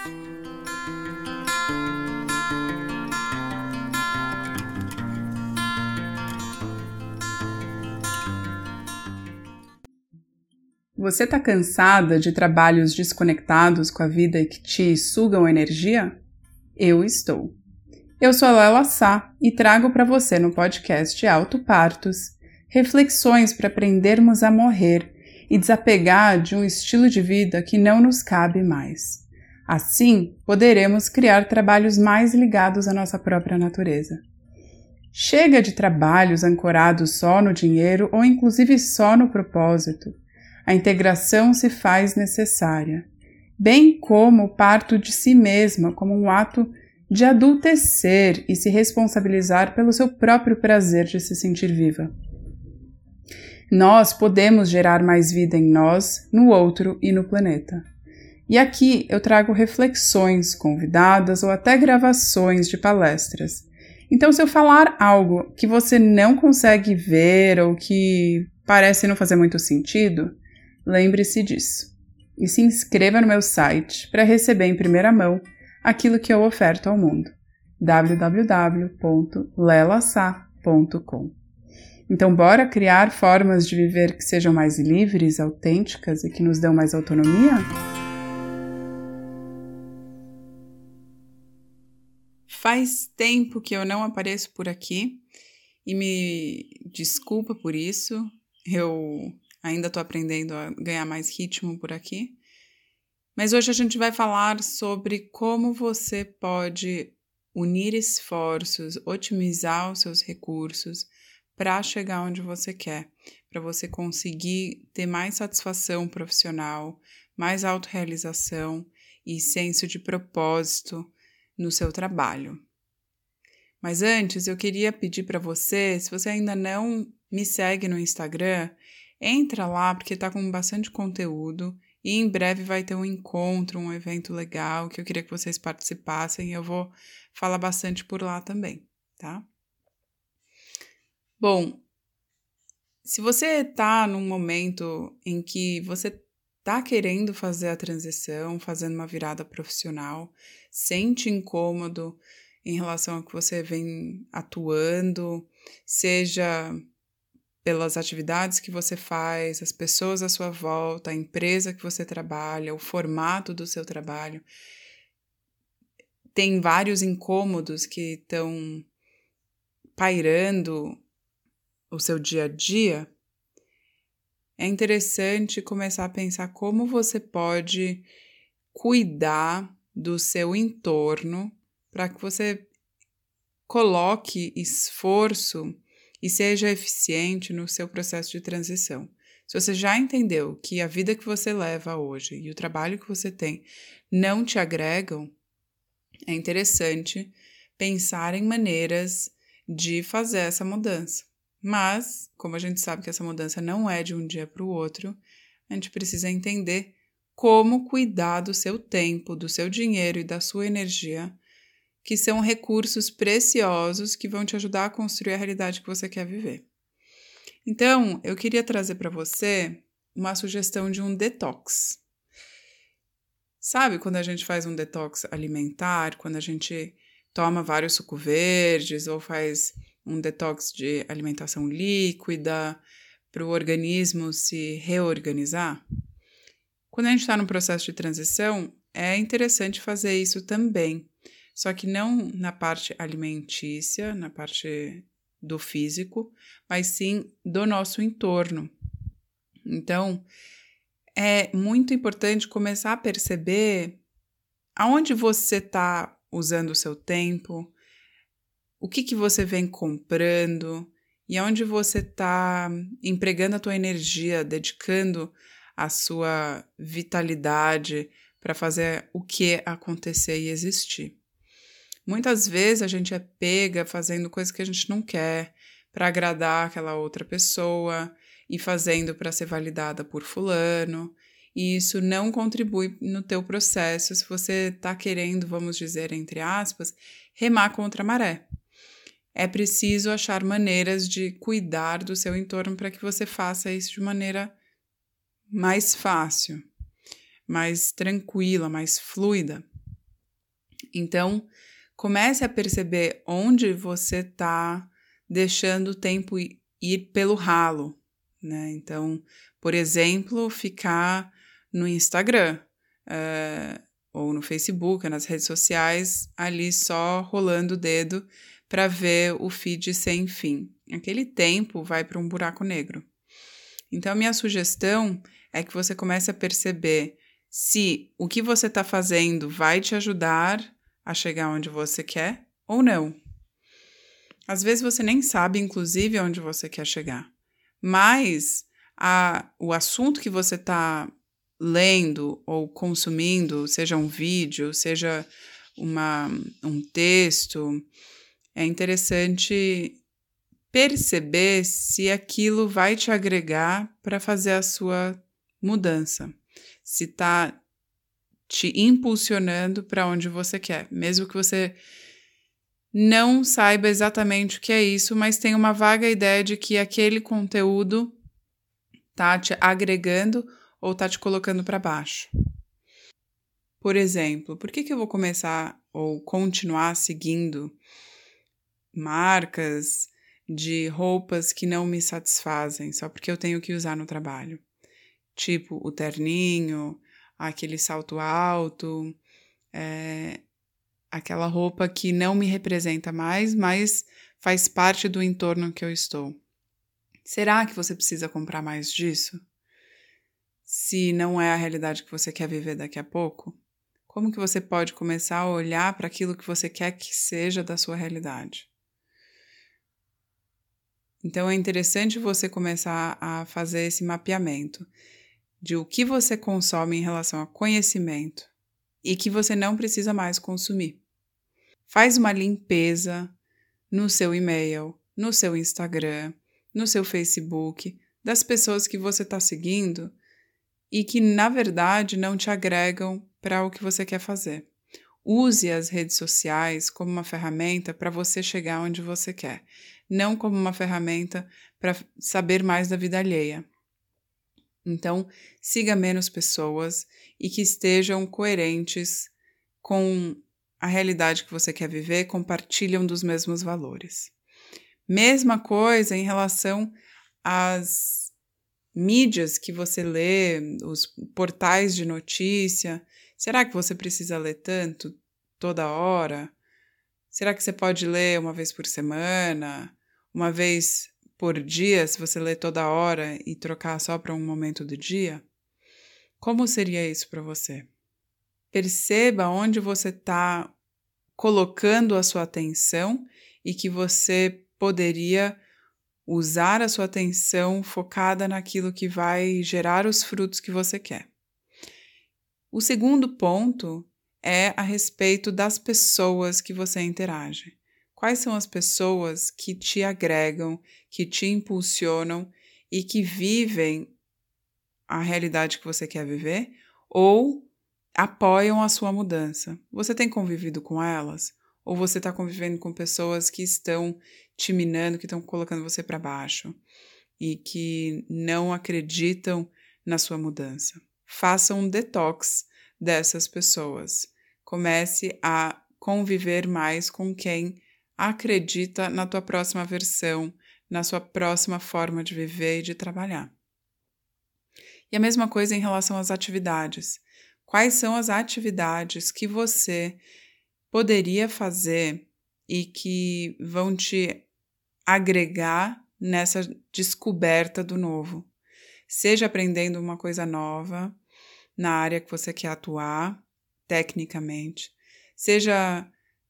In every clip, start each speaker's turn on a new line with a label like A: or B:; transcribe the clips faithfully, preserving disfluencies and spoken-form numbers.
A: Você está cansada de trabalhos desconectados com a vida e que te sugam energia? Eu estou. Eu sou a Lela Sá e trago para você no podcast Autopartos reflexões para aprendermos a morrer e desapegar de um estilo de vida que não nos cabe mais. Assim, poderemos criar trabalhos mais ligados à nossa própria natureza. Chega de trabalhos ancorados só no dinheiro ou inclusive só no propósito. A integração se faz necessária, bem como o parto de si mesma como um ato de adultecer e se responsabilizar pelo seu próprio prazer de se sentir viva. Nós podemos gerar mais vida em nós, no outro e no planeta. E aqui eu trago reflexões, convidadas ou até gravações de palestras. Então, se eu falar algo que você não consegue ver ou que parece não fazer muito sentido, lembre-se disso e se inscreva no meu site para receber em primeira mão aquilo que eu oferto ao mundo, w w w ponto lela sá ponto com. Então, bora criar formas de viver que sejam mais livres, autênticas e que nos dão mais autonomia? Faz tempo que eu não apareço por aqui e me desculpa por isso. Eu ainda estou aprendendo a ganhar mais ritmo por aqui. Mas hoje a gente vai falar sobre como você pode unir esforços, otimizar os seus recursos para chegar onde você quer, para você conseguir ter mais satisfação profissional, mais autorrealização e senso de propósito no seu trabalho. Mas antes eu queria pedir para você, se você ainda não me segue no Instagram, entra lá porque está com bastante conteúdo e em breve vai ter um encontro, um evento legal que eu queria que vocês participassem e eu vou falar bastante por lá também, tá? Bom, se você está num momento em que você está querendo fazer a transição, fazendo uma virada profissional, sente incômodo em relação ao que você vem atuando, seja pelas atividades que você faz, as pessoas à sua volta, a empresa que você trabalha, o formato do seu trabalho. Tem vários incômodos que estão pairando o seu dia a dia. É interessante começar a pensar como você pode cuidar do seu entorno para que você coloque esforço e seja eficiente no seu processo de transição. Se você já entendeu que a vida que você leva hoje e o trabalho que você tem não te agregam, é interessante pensar em maneiras de fazer essa mudança. Mas, como a gente sabe que essa mudança não é de um dia para o outro, a gente precisa entender como cuidar do seu tempo, do seu dinheiro e da sua energia, que são recursos preciosos que vão te ajudar a construir a realidade que você quer viver. Então, eu queria trazer para você uma sugestão de um detox. Sabe quando a gente faz um detox alimentar, quando a gente toma vários sucos verdes ou faz um detox de alimentação líquida para o organismo se reorganizar? Quando a gente está no processo de transição, é interessante fazer isso também. Só que não na parte alimentícia, na parte do físico, mas sim do nosso entorno. Então, é muito importante começar a perceber aonde você está usando o seu tempo, o que, que você vem comprando e aonde você está empregando a tua energia, dedicando a sua vitalidade para fazer o que acontecer e existir. Muitas vezes a gente é pega fazendo coisas que a gente não quer para agradar aquela outra pessoa e fazendo para ser validada por fulano, e isso não contribui no teu processo se você está querendo, vamos dizer, entre aspas, remar contra a maré. É preciso achar maneiras de cuidar do seu entorno para que você faça isso de maneira mais fácil, mais tranquila, mais fluida. Então, comece a perceber onde você está deixando o tempo ir pelo ralo, né? Então, por exemplo, ficar no Instagram, uh, ou no Facebook, nas redes sociais, ali só rolando o dedo para ver o feed sem fim. Aquele tempo vai para um buraco negro. Então, a minha sugestão é que você comece a perceber se o que você está fazendo vai te ajudar a chegar onde você quer ou não. Às vezes você nem sabe, inclusive, onde você quer chegar. Mas a, o assunto que você está lendo ou consumindo, seja um vídeo, seja uma, um texto, é interessante perceber se aquilo vai te agregar para fazer a sua mudança. Se está te impulsionando para onde você quer, mesmo que você não saiba exatamente o que é isso, mas tem uma vaga ideia de que aquele conteúdo tá te agregando ou tá te colocando para baixo. Por exemplo, por que que eu vou começar ou continuar seguindo marcas de roupas que não me satisfazem só porque eu tenho que usar no trabalho? Tipo o terninho, aquele salto alto, é, aquela roupa que não me representa mais, mas faz parte do entorno que eu estou. Será que você precisa comprar mais disso? Se não é a realidade que você quer viver daqui a pouco? Como que você pode começar a olhar para aquilo que você quer que seja da sua realidade? Então é interessante você começar a fazer esse mapeamento de o que você consome em relação a conhecimento e que você não precisa mais consumir. Faz uma limpeza no seu e-mail, no seu Instagram, no seu Facebook, das pessoas que você está seguindo e que, na verdade, não te agregam para o que você quer fazer. Use as redes sociais como uma ferramenta para você chegar onde você quer, não como uma ferramenta para saber mais da vida alheia. Então, siga menos pessoas e que estejam coerentes com a realidade que você quer viver, compartilham dos mesmos valores. Mesma coisa em relação às mídias que você lê, os portais de notícia. Será que você precisa ler tanto toda hora? Será que você pode ler uma vez por semana, uma vez por dia, se você ler toda hora e trocar só para um momento do dia? Como seria isso para você? Perceba onde você está colocando a sua atenção e que você poderia usar a sua atenção focada naquilo que vai gerar os frutos que você quer. O segundo ponto é a respeito das pessoas que você interage. Quais são as pessoas que te agregam, que te impulsionam e que vivem a realidade que você quer viver ou apoiam a sua mudança? Você tem convivido com elas? Ou você está convivendo com pessoas que estão te minando, que estão colocando você para baixo e que não acreditam na sua mudança? Faça um detox dessas pessoas. Comece a conviver mais com quem acredita na tua próxima versão, na sua próxima forma de viver e de trabalhar. E a mesma coisa em relação às atividades. Quais são as atividades que você poderia fazer e que vão te agregar nessa descoberta do novo? Seja aprendendo uma coisa nova na área que você quer atuar, tecnicamente, seja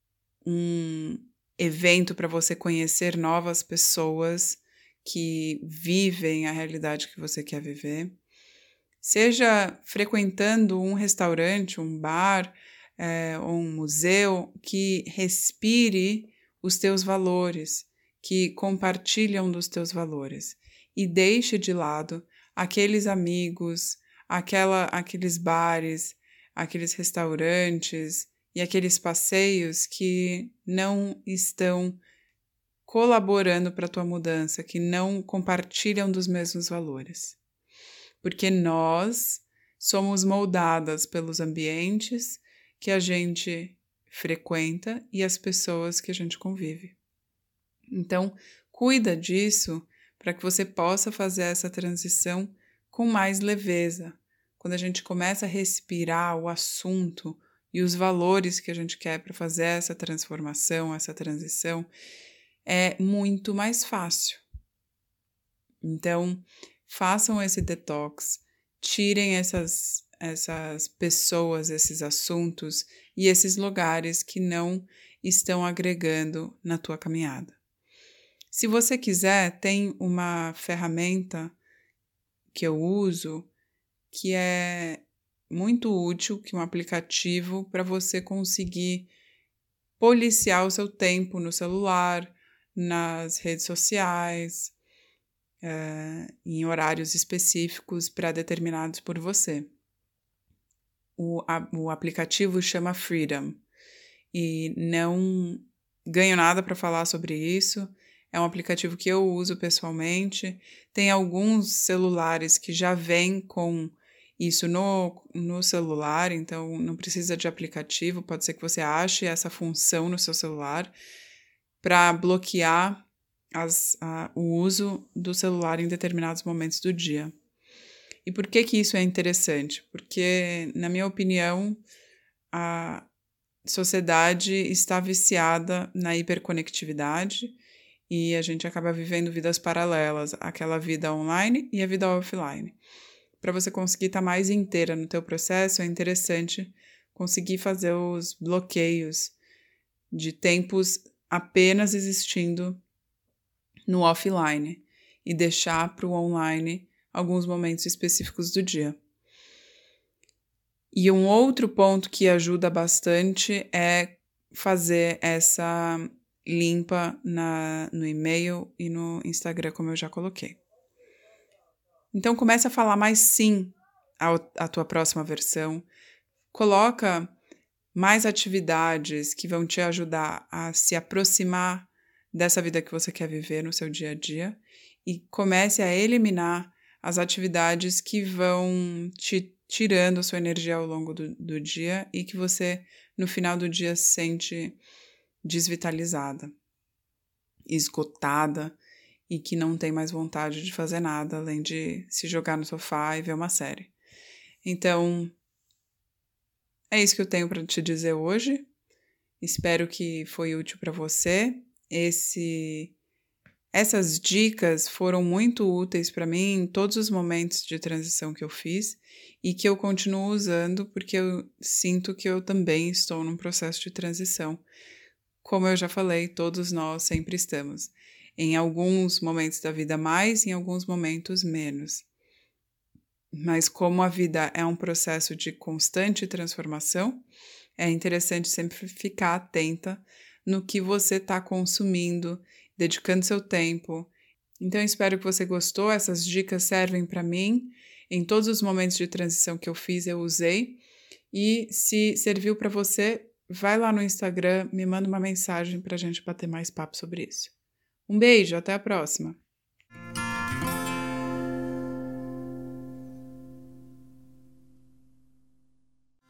A: um evento para você conhecer novas pessoas que vivem a realidade que você quer viver, seja frequentando um restaurante, um bar, é, ou um museu que respire os teus valores, que compartilham dos teus valores e deixe de lado aqueles amigos, aquela, aqueles bares, aqueles restaurantes e aqueles passeios que não estão colaborando para a tua mudança, que não compartilham dos mesmos valores. Porque nós somos moldadas pelos ambientes que a gente frequenta e as pessoas que a gente convive. Então, cuida disso para que você possa fazer essa transição com mais leveza. Quando a gente começa a respirar o assunto e os valores que a gente quer para fazer essa transformação, essa transição, é muito mais fácil. Então, façam esse detox, tirem essas, essas pessoas, esses assuntos e esses lugares que não estão agregando na tua caminhada. Se você quiser, tem uma ferramenta que eu uso que é muito útil, que é um aplicativo para você conseguir policiar o seu tempo no celular, nas redes sociais, é, em horários específicos pré-determinados por você. O, a, o aplicativo chama Freedom e não ganho nada para falar sobre isso. É um aplicativo que eu uso pessoalmente. Tem alguns celulares que já vêm com isso no, no celular, então não precisa de aplicativo. Pode ser que você ache essa função no seu celular para bloquear as, a, o uso do celular em determinados momentos do dia. E por que que isso é interessante? Porque, na minha opinião, a sociedade está viciada na hiperconectividade e a gente acaba vivendo vidas paralelas, aquela vida online e a vida offline. Para você conseguir estar mais inteira no teu processo, é interessante conseguir fazer os bloqueios de tempos apenas existindo no offline e deixar para o online alguns momentos específicos do dia. E um outro ponto que ajuda bastante é fazer essa limpa na, no e-mail e no Instagram, como eu já coloquei. Então, começa a falar mais sim à, à tua próxima versão. Coloca mais atividades que vão te ajudar a se aproximar dessa vida que você quer viver no seu dia a dia e comece a eliminar as atividades que vão te tirando a sua energia ao longo do, do dia e que você, no final do dia, se sente desvitalizada, esgotada e que não tem mais vontade de fazer nada além de se jogar no sofá e ver uma série. Então, é isso que eu tenho para te dizer hoje. Espero que foi útil para você. Esse, essas dicas foram muito úteis para mim em todos os momentos de transição que eu fiz e que eu continuo usando porque eu sinto que eu também estou num processo de transição. Como eu já falei, todos nós sempre estamos. Em alguns momentos da vida mais, em alguns momentos menos. Mas como a vida é um processo de constante transformação, é interessante sempre ficar atenta no que você está consumindo, dedicando seu tempo. Então, eu espero que você gostou. Essas dicas servem para mim. Em todos os momentos de transição que eu fiz, eu usei. E se serviu para você, vai lá no Instagram, me manda uma mensagem para a gente bater mais papo sobre isso. Um beijo, até a próxima!